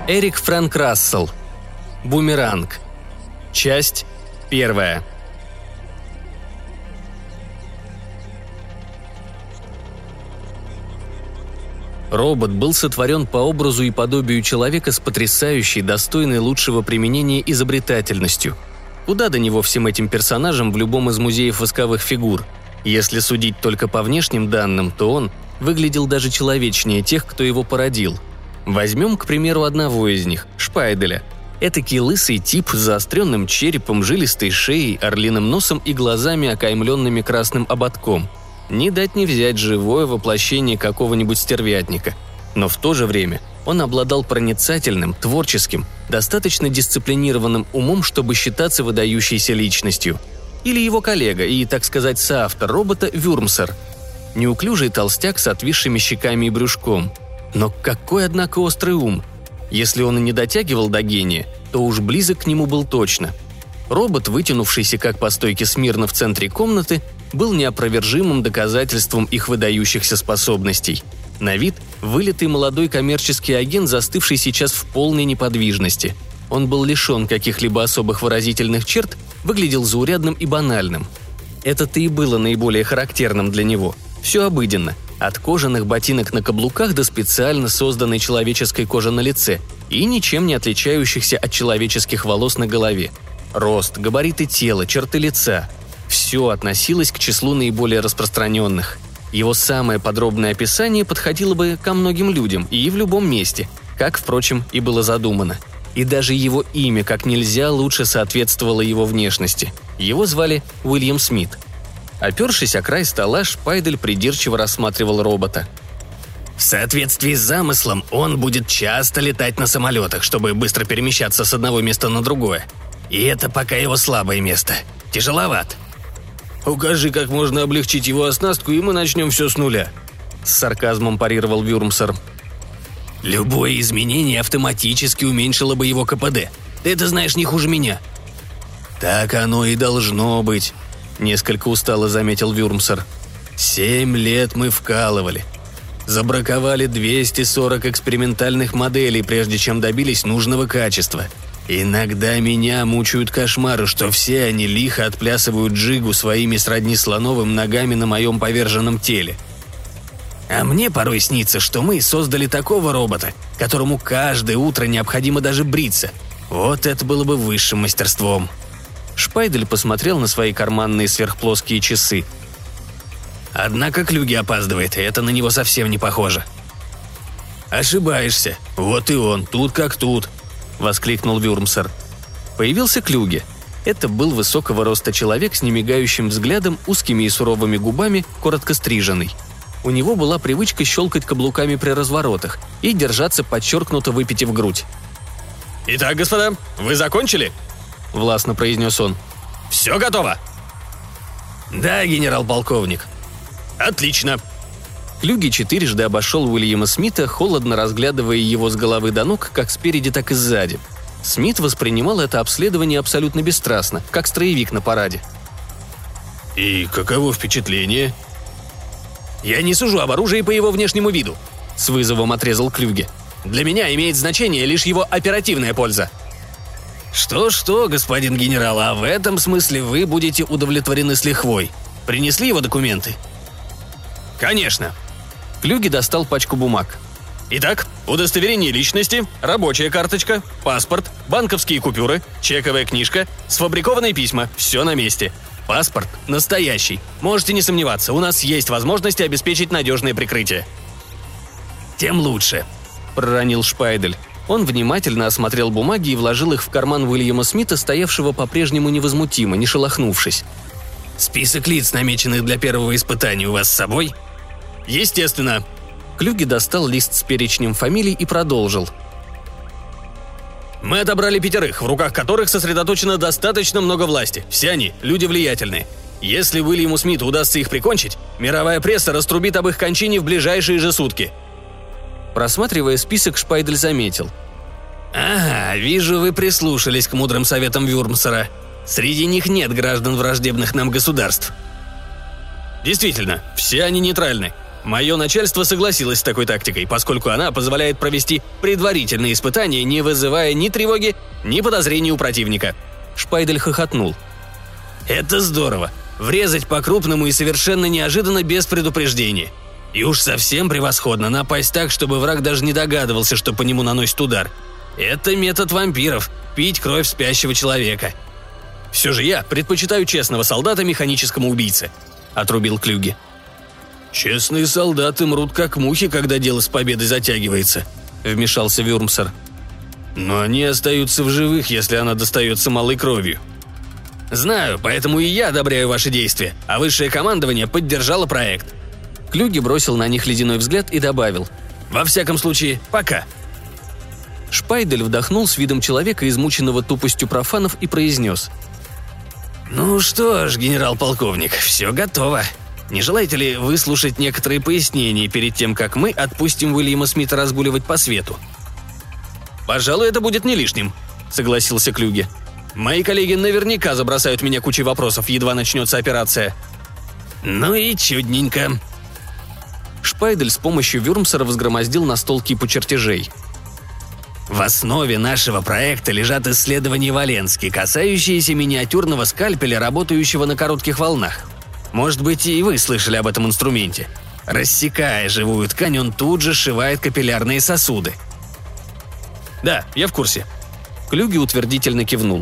Эрик Фрэнк Рассел. Бумеранг. Часть 1. Робот был сотворен по образу и подобию человека с потрясающей, достойной лучшего применения изобретательностью. Куда до него всем этим персонажам в любом из музеев восковых фигур? Если судить только по внешним данным, то он выглядел даже человечнее тех, кто его породил. Возьмем, к примеру, одного из них – Шпайделя. Этакий лысый тип с заостренным черепом, жилистой шеей, орлиным носом и глазами, окаймленными красным ободком. Не дать не взять живое воплощение какого-нибудь стервятника. Но в то же время он обладал проницательным, творческим, достаточно дисциплинированным умом, чтобы считаться выдающейся личностью. Или его коллега и, так сказать, соавтор робота Вюрмсер. Неуклюжий толстяк с отвисшими щеками и брюшком. Но какой, однако, острый ум! Если он и не дотягивал до гения, то уж близок к нему был точно. Робот, вытянувшийся как по стойке смирно в центре комнаты, был неопровержимым доказательством их выдающихся способностей. На вид – вылитый молодой коммерческий агент, застывший сейчас в полной неподвижности. Он был лишен каких-либо особых выразительных черт, выглядел заурядным и банальным. Это-то и было наиболее характерным для него. Все обыденно. От кожаных ботинок на каблуках до специально созданной человеческой кожи на лице и ничем не отличающихся от человеческих волос на голове. Рост, габариты тела, черты лица – все относилось к числу наиболее распространенных. Его самое подробное описание подходило бы ко многим людям и в любом месте, как, впрочем, и было задумано. И даже его имя как нельзя лучше соответствовало его внешности. Его звали Уильям Смит. Опершись о край стола, Шпайдель придирчиво рассматривал робота. В соответствии с замыслом, он будет часто летать на самолетах, чтобы быстро перемещаться с одного места на другое. И это пока его слабое место. Тяжеловат. «Укажи, как можно облегчить его оснастку, и мы начнем все с нуля», – с сарказмом парировал Вюрмсер. «Любое изменение автоматически уменьшило бы его КПД. Ты это знаешь не хуже меня». «Так оно и должно быть», – несколько устало заметил Вюрмсер. 7 лет мы вкалывали. Забраковали 240 экспериментальных моделей, прежде чем добились нужного качества. Иногда меня мучают кошмары, что все они лихо отплясывают джигу своими сродни слоновым ногами на моем поверженном теле. А мне порой снится, что мы создали такого робота, которому каждое утро необходимо даже бриться. Вот это было бы высшим мастерством». Шпайдель посмотрел на свои карманные сверхплоские часы. «Однако Клюги опаздывает, и это на него совсем не похоже». «Ошибаешься. Вот и он, тут как тут», – воскликнул Вюрмсер. Появился Клюге. Это был высокого роста человек с немигающим взглядом, узкими и суровыми губами, коротко стриженный. У него была привычка щелкать каблуками при разворотах и держаться подчеркнуто выпитив грудь. «Итак, господа, вы закончили?» – властно произнес он. «Все готово?» «Да, генерал-полковник». «Отлично». Клюги четырежды обошел Уильяма Смита, холодно разглядывая его с головы до ног, как спереди, так и сзади. Смит воспринимал это обследование абсолютно бесстрастно, как строевик на параде. «И каково впечатление?» «Я не сужу об оружии по его внешнему виду», – с вызовом отрезал Клюге. «Для меня имеет значение лишь его оперативная польза». «Что-что, господин генерал, а в этом смысле вы будете удовлетворены с лихвой. Принесли его документы?» «Конечно». Клюге достал пачку бумаг. «Итак, удостоверение личности, рабочая карточка, паспорт, банковские купюры, чековая книжка, сфабрикованные письма – все на месте. Паспорт настоящий. Можете не сомневаться, у нас есть возможность обеспечить надежное прикрытие». «Тем лучше», – проронил Шпайдель. Он внимательно осмотрел бумаги и вложил их в карман Уильяма Смита, стоявшего по-прежнему невозмутимо, не шелохнувшись. «Список лиц, намеченных для первого испытания, у вас с собой?» «Естественно». Клюге достал лист с перечнем фамилий и продолжил. «Мы отобрали 5, в руках которых сосредоточено достаточно много власти. Все они – люди влиятельные. Если Уильяму Смиту удастся их прикончить, мировая пресса раструбит об их кончине в ближайшие же сутки». Просматривая список, Шпайдель заметил. «Ага, вижу, вы прислушались к мудрым советам Вюрмсера. Среди них нет граждан враждебных нам государств». «Действительно, все они нейтральны. Мое начальство согласилось с такой тактикой, поскольку она позволяет провести предварительные испытания, не вызывая ни тревоги, ни подозрений у противника». Шпайдель хохотнул. «Это здорово. Врезать по-крупному и совершенно неожиданно без предупреждения. И уж совсем превосходно напасть так, чтобы враг даже не догадывался, что по нему наносит удар. Это метод вампиров – пить кровь спящего человека. Все же я предпочитаю честного солдата механическому убийце», – отрубил Клюге. «Честные солдаты мрут как мухи, когда дело с победой затягивается», – вмешался Вюрмсер. «Но они остаются в живых, если она достается малой кровью». «Знаю, поэтому и я одобряю ваши действия, а высшее командование поддержало проект». Клюге бросил на них ледяной взгляд и добавил: «Во всяком случае, пока». Шпайдель вдохнул с видом человека, измученного тупостью профанов, и произнес: «Ну что ж, генерал-полковник, все готово. Не желаете ли выслушать некоторые пояснения перед тем, как мы отпустим Уильяма Смита разгуливать по свету?» «Пожалуй, это будет не лишним», — согласился Клюге. «Мои коллеги наверняка забросают меня кучей вопросов, едва начнется операция». «Ну и чудненько». Шпайдель с помощью Вюрмсера взгромоздил на стол кипу чертежей. «В основе нашего проекта лежат исследования Валенски, касающиеся миниатюрного скальпеля, работающего на коротких волнах. Может быть, и вы слышали об этом инструменте. Рассекая живую ткань, он тут же сшивает капиллярные сосуды». «Да, я в курсе». Клюге утвердительно кивнул.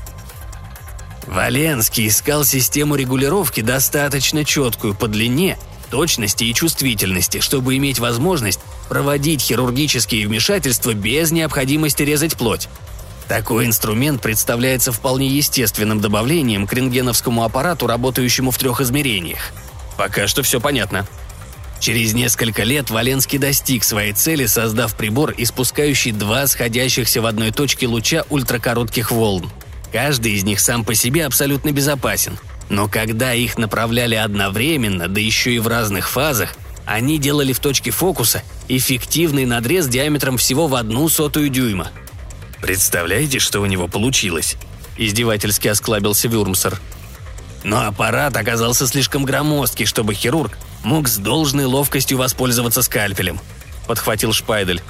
Валенский искал систему регулировки достаточно четкую по длине, точности и чувствительности, чтобы иметь возможность проводить хирургические вмешательства без необходимости резать плоть. Такой инструмент представляется вполне естественным добавлением к рентгеновскому аппарату, работающему в 3 измерениях. Пока что все понятно. Через несколько лет Валенский достиг своей цели, создав прибор, испускающий 2 сходящихся в одной точке луча ультракоротких волн. Каждый из них сам по себе абсолютно безопасен. Но когда их направляли одновременно, да еще и в разных фазах, они делали в точке фокуса эффективный надрез диаметром всего в 0,01 дюйма. «Представляете, что у него получилось?» – издевательски осклабился Вюрмсер. Но аппарат оказался слишком громоздкий, чтобы хирург мог с должной ловкостью воспользоваться скальпелем», – подхватил Шпайдель.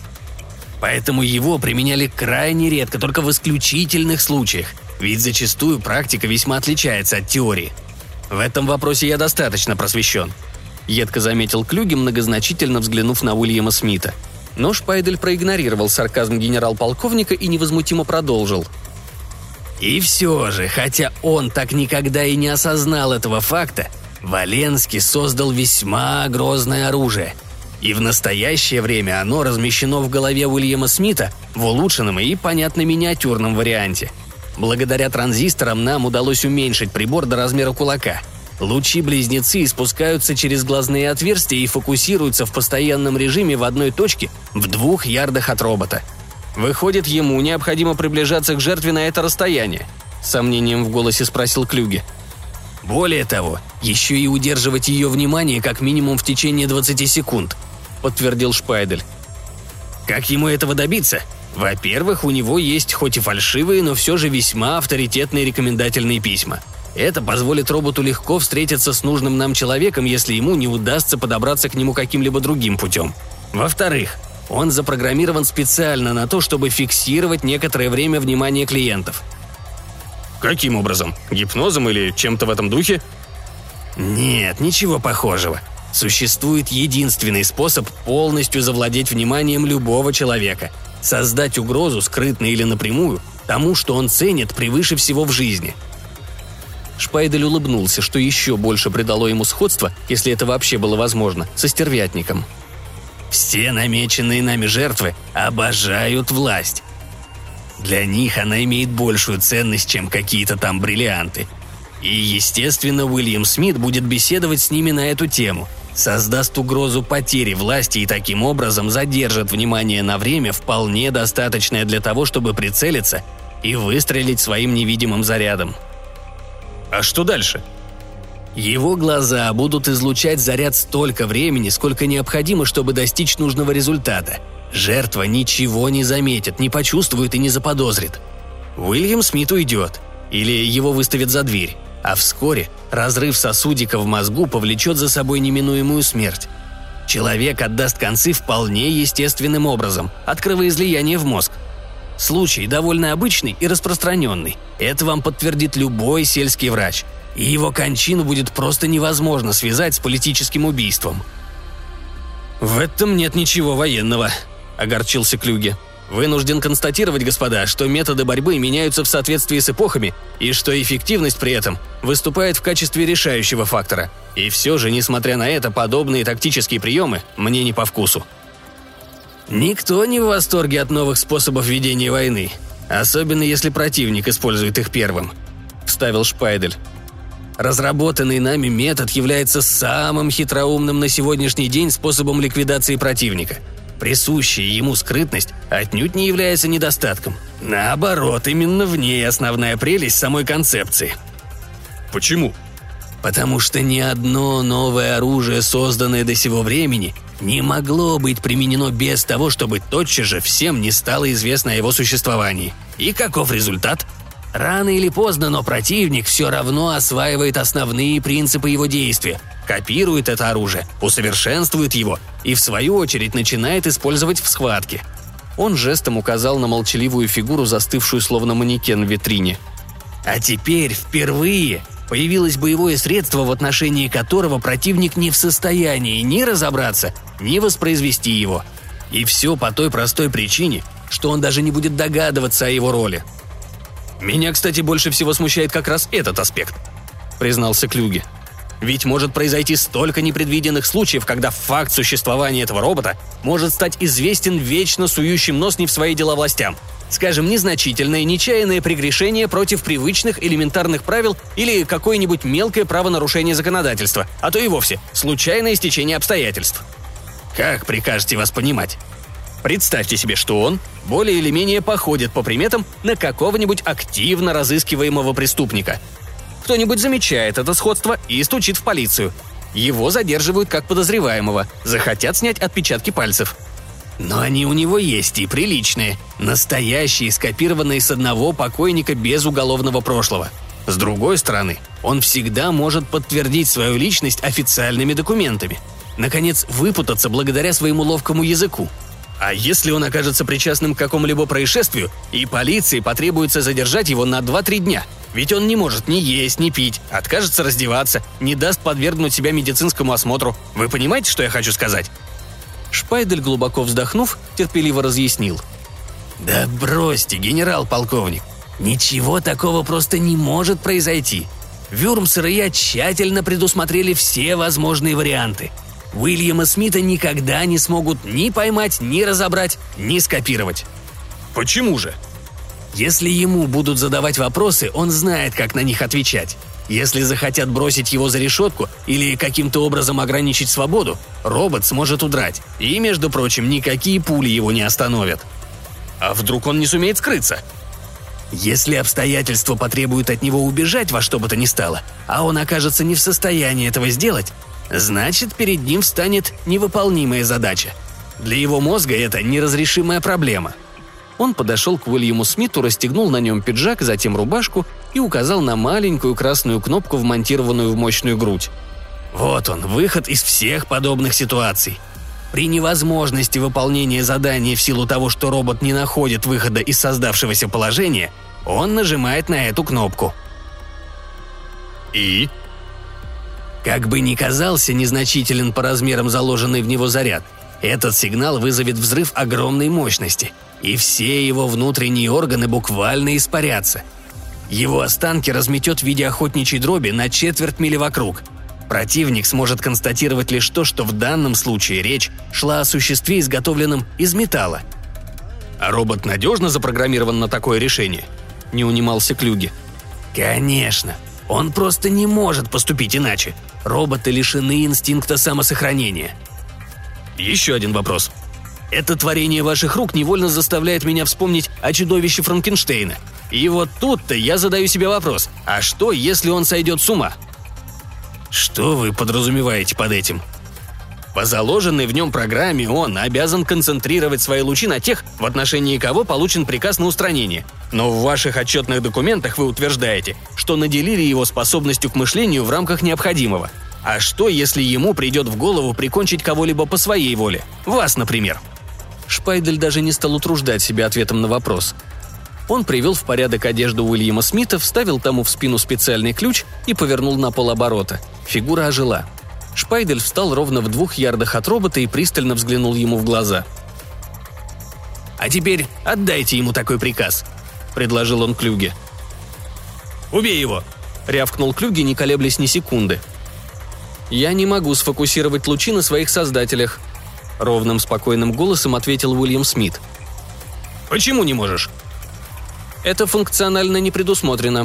«Поэтому его применяли крайне редко, только в исключительных случаях, ведь зачастую практика весьма отличается от теории. В этом вопросе я достаточно просвещен», – едко заметил Клюге, многозначительно взглянув на Уильяма Смита. Но Шпайдель проигнорировал сарказм генерал-полковника и невозмутимо продолжил. «И все же, хотя он так никогда и не осознал этого факта, Валенский создал весьма грозное оружие. И в настоящее время оно размещено в голове Уильяма Смита в улучшенном и, понятно, миниатюрном варианте. Благодаря транзисторам нам удалось уменьшить прибор до размера кулака. Лучи-близнецы испускаются через глазные отверстия и фокусируются в постоянном режиме в одной точке в 2 ярдах от робота. Выходит, ему необходимо приближаться к жертве на это расстояние?» – с сомнением в голосе спросил Клюге. «Более того, еще и удерживать ее внимание как минимум в течение 20 секунд», – подтвердил Шпайдель. «Как ему этого добиться? Во-первых, у него есть хоть и фальшивые, но все же весьма авторитетные рекомендательные письма. Это позволит роботу легко встретиться с нужным нам человеком, если ему не удастся подобраться к нему каким-либо другим путем. Во-вторых, он запрограммирован специально на то, чтобы фиксировать некоторое время внимание клиентов». «Каким образом? Гипнозом или чем-то в этом духе?» «Нет, ничего похожего. Существует единственный способ полностью завладеть вниманием любого человека – создать угрозу, скрытно или напрямую, тому, что он ценит превыше всего в жизни». Шпайдель улыбнулся, что еще больше придало ему сходство, если это вообще было возможно, со стервятником. «Все намеченные нами жертвы обожают власть. Для них она имеет большую ценность, чем какие-то там бриллианты. И, естественно, Уильям Смит будет беседовать с ними на эту тему, создаст угрозу потери власти и таким образом задержит внимание на время, вполне достаточное для того, чтобы прицелиться и выстрелить своим невидимым зарядом». «А что дальше?» «Его глаза будут излучать заряд столько времени, сколько необходимо, чтобы достичь нужного результата. Жертва ничего не заметит, не почувствует и не заподозрит. Уильям Смит уйдет, или его выставят за дверь, а вскоре разрыв сосудика в мозгу повлечет за собой неминуемую смерть. Человек отдаст концы вполне естественным образом, от кровоизлияния в мозг. Случай довольно обычный и распространенный. Это вам подтвердит любой сельский врач. И его кончину будет просто невозможно связать с политическим убийством. «В этом нет ничего военного», – огорчился Клюге. «Вынужден констатировать, господа, что методы борьбы меняются в соответствии с эпохами и что эффективность при этом выступает в качестве решающего фактора. И все же, несмотря на это, подобные тактические приемы мне не по вкусу». Никто не в восторге от новых способов ведения войны, особенно если противник использует их первым, – вставил Шпайдель. Разработанный нами метод является самым хитроумным на сегодняшний день способом ликвидации противника. Присущая ему скрытность отнюдь не является недостатком. Наоборот, именно в ней основная прелесть самой концепции. Почему? Потому что ни одно новое оружие, созданное до сего времени, не могло быть применено без того, чтобы тотчас же всем не стало известно о его существовании. И каков результат? Рано или поздно, но противник все равно осваивает основные принципы его действия, копирует это оружие, усовершенствует его и, в свою очередь, начинает использовать в схватке. Он жестом указал на молчаливую фигуру, застывшую словно манекен в витрине. А теперь впервые появилось боевое средство, в отношении которого противник не в состоянии ни разобраться, ни воспроизвести его. И все по той простой причине, что он даже не будет догадываться о его роли. «Меня, кстати, больше всего смущает как раз этот аспект», – признался Клюге. «Ведь может произойти столько непредвиденных случаев, когда факт существования этого робота может стать известен вечно сующим нос не в свои дела властям. Скажем, незначительное, нечаянное прегрешение против привычных элементарных правил или какое-нибудь мелкое правонарушение законодательства, а то и вовсе случайное стечение обстоятельств. Как прикажете вас понимать? Представьте себе, что он более или менее походит по приметам на какого-нибудь активно разыскиваемого преступника. Кто-нибудь замечает это сходство и стучит в полицию. Его задерживают как подозреваемого, захотят снять отпечатки пальцев. Но они у него есть и приличные, настоящие, скопированные с одного покойника без уголовного прошлого. С другой стороны, он всегда может подтвердить свою личность официальными документами. Наконец, выпутаться благодаря своему ловкому языку. А если он окажется причастным к какому-либо происшествию, и полиции потребуется задержать его на 2-3 дня? Ведь он не может ни есть, ни пить, откажется раздеваться, не даст подвергнуть себя медицинскому осмотру. Вы понимаете, что я хочу сказать?» Шпайдель, глубоко вздохнув, терпеливо разъяснил. «Да бросьте, генерал-полковник. Ничего такого просто не может произойти. Вюрмсер и я тщательно предусмотрели все возможные варианты. Уильяма Смита никогда не смогут ни поймать, ни разобрать, ни скопировать». «Почему же?» «Если ему будут задавать вопросы, он знает, как на них отвечать. Если захотят бросить его за решетку или каким-то образом ограничить свободу, робот сможет удрать. И, между прочим, никакие пули его не остановят». «А вдруг он не сумеет скрыться?» «Если обстоятельства потребуют от него убежать во что бы то ни стало, а он окажется не в состоянии этого сделать, значит, перед ним встанет невыполнимая задача. Для его мозга это неразрешимая проблема». Он подошел к Уильяму Смиту, расстегнул на нем пиджак, затем рубашку и указал на маленькую красную кнопку, вмонтированную в мощную грудь. «Вот он, выход из всех подобных ситуаций. При невозможности выполнения задания в силу того, что робот не находит выхода из создавшегося положения, он нажимает на эту кнопку». «И?» Как бы ни казался незначителен по размерам заложенный в него заряд, этот сигнал вызовет взрыв огромной мощности, и все его внутренние органы буквально испарятся. Его останки разметет в виде охотничьей дроби на четверть мили вокруг. Противник сможет констатировать лишь то, что в данном случае речь шла о существе, изготовленном из металла. «А робот надежно запрограммирован на такое решение?» – не унимался Клюге. «Конечно. Он просто не может поступить иначе. Роботы лишены инстинкта самосохранения». «Еще один вопрос. Это творение ваших рук невольно заставляет меня вспомнить о чудовище Франкенштейна. И вот тут-то я задаю себе вопрос, а что, если он сойдет с ума?» «Что вы подразумеваете под этим?» По заложенной в нем программе он обязан концентрировать свои лучи на тех, в отношении кого получен приказ на устранение. Но в ваших отчетных документах вы утверждаете, что наделили его способностью к мышлению в рамках необходимого. А что, если ему придет в голову прикончить кого-либо по своей воле? Вас, например?» Шпайдель даже не стал утруждать себя ответом на вопрос. Он привел в порядок одежду Уильяма Смита, вставил тому в спину специальный ключ и повернул на полоборота. Фигура ожила. Шпайдель встал ровно в 2 ярдах от робота и пристально взглянул ему в глаза. «А теперь отдайте ему такой приказ», — предложил он Клюге. «Убей его!» — рявкнул Клюге, не колеблясь ни секунды. «Я не могу сфокусировать лучи на своих создателях», — ровным спокойным голосом ответил Уильям Смит. «Почему не можешь?» «Это функционально не предусмотрено».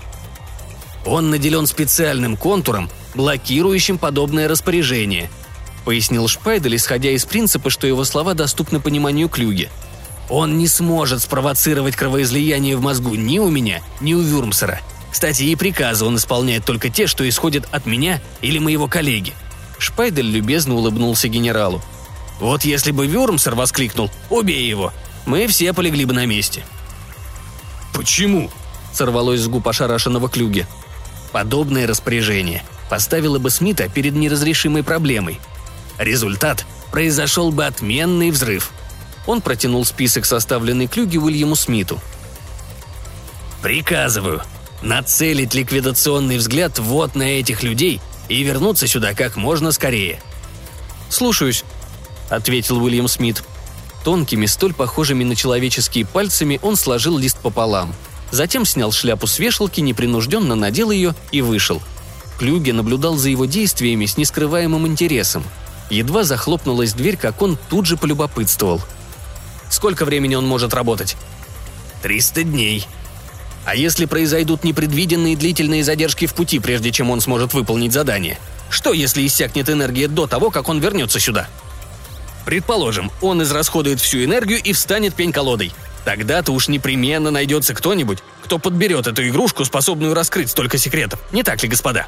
«Он наделен специальным контуром, блокирующим подобное распоряжение», — пояснил Шпайдель, исходя из принципа, что его слова доступны пониманию Клюге. «Он не сможет спровоцировать кровоизлияние в мозгу ни у меня, ни у Вюрмсера. Кстати, и приказы он исполняет только те, что исходят от меня или моего коллеги». Шпайдель любезно улыбнулся генералу. «Вот если бы Вюрмсер воскликнул «Убей его!», мы все полегли бы на месте». «Почему?» — сорвалось с губ ошарашенного Клюге. «Подобное распоряжение поставило бы Смита перед неразрешимой проблемой. Результат – произошел бы отменный взрыв». Он протянул список, составленный Клюге, Уильяму Смиту. «Приказываю нацелить ликвидационный взгляд вот на этих людей и вернуться сюда как можно скорее». «Слушаюсь», — ответил Уильям Смит. Тонкими, столь похожими на человеческие пальцами он сложил лист пополам. Затем снял шляпу с вешалки, непринужденно надел ее и вышел. Клюге наблюдал за его действиями с нескрываемым интересом. Едва захлопнулась дверь, как он тут же полюбопытствовал. «Сколько времени он может работать?» 300 дней. А если произойдут непредвиденные длительные задержки в пути, прежде чем он сможет выполнить задание? Что, если иссякнет энергия до того, как он вернется сюда? Предположим, он израсходует всю энергию и встанет пень-колодой. Тогда-то уж непременно найдется кто-нибудь, кто подберет эту игрушку, способную раскрыть столько секретов. Не так ли, господа?»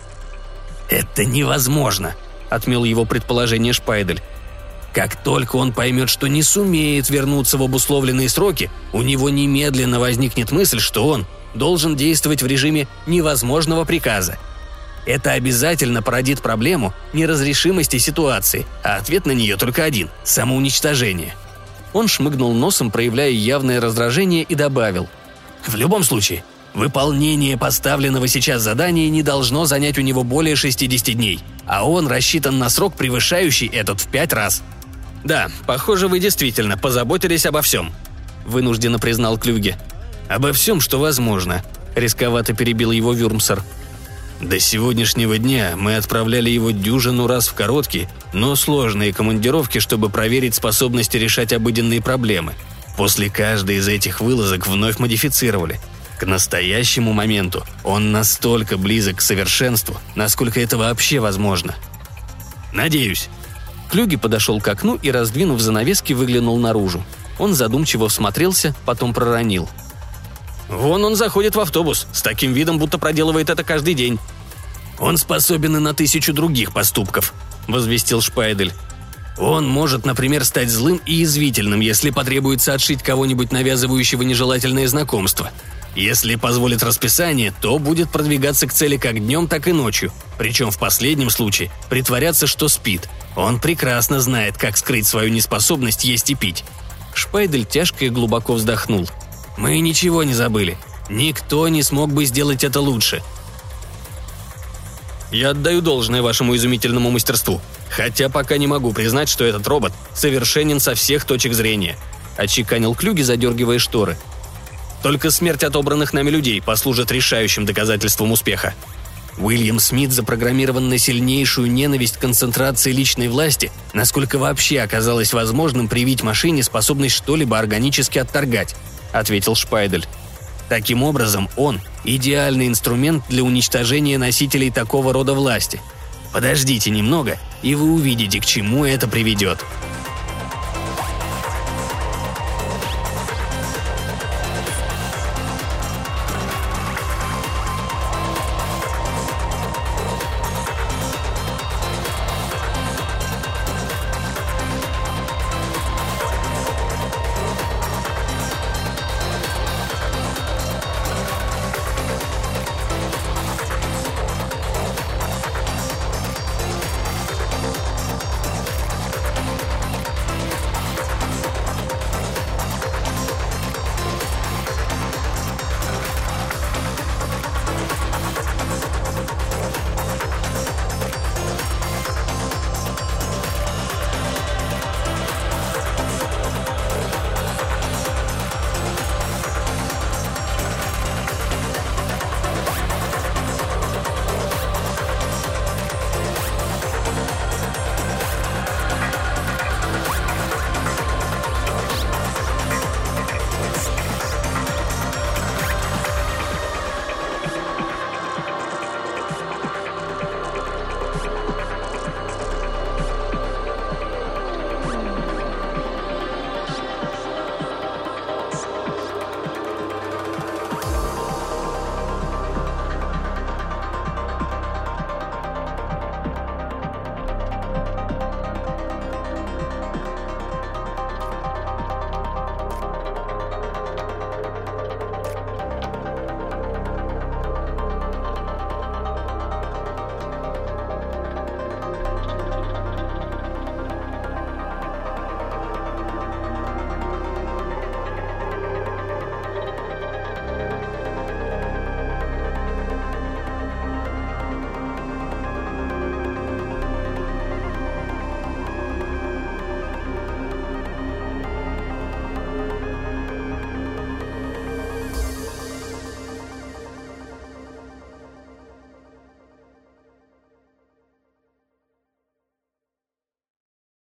«Это невозможно», — отмел его предположение Шпайдель. «Как только он поймет, что не сумеет вернуться в обусловленные сроки, у него немедленно возникнет мысль, что он должен действовать в режиме невозможного приказа. Это обязательно породит проблему неразрешимости ситуации, а ответ на нее только один – самоуничтожение». Он шмыгнул носом, проявляя явное раздражение, и добавил: «В любом случае, выполнение поставленного сейчас задания не должно занять у него более 60 дней, а он рассчитан на срок, превышающий этот в 5 раз». «Да, похоже, вы действительно позаботились обо всем», — вынужденно признал Клюге. «Обо всем, что возможно», — рисковато перебил его Вюрмсер. «До сегодняшнего дня мы отправляли его дюжину раз в короткие, но сложные командировки, чтобы проверить способности решать обыденные проблемы. После каждой из этих вылазок вновь модифицировали. К настоящему моменту он настолько близок к совершенству, насколько это вообще возможно. Надеюсь». Клюге подошел к окну и, раздвинув занавески, выглянул наружу. Он задумчиво всмотрелся, потом проронил: «Вон он заходит в автобус, с таким видом, будто проделывает это каждый день». «Он способен и на 1000 других поступков», — возвестил Шпайдель. «Он может, например, стать злым и язвительным, если потребуется отшить кого-нибудь, навязывающего нежелательное знакомство. Если позволит расписание, то будет продвигаться к цели как днем, так и ночью, причем в последнем случае притворяться, что спит. Он прекрасно знает, как скрыть свою неспособность есть и пить». Шпайдель тяжко и глубоко вздохнул. «Мы ничего не забыли. Никто не смог бы сделать это лучше». «Я отдаю должное вашему изумительному мастерству, хотя пока не могу признать, что этот робот совершенен со всех точек зрения», — отчеканил Клюге, задергивая шторы. «Только смерть отобранных нами людей послужит решающим доказательством успеха». Уильям Смит запрограммирован на сильнейшую ненависть к концентрации личной власти, насколько вообще оказалось возможным привить машине способность что-либо органически отторгать, — ответил Шпайдель. Таким образом, он – идеальный инструмент для уничтожения носителей такого рода власти. Подождите немного, и вы увидите, к чему это приведет.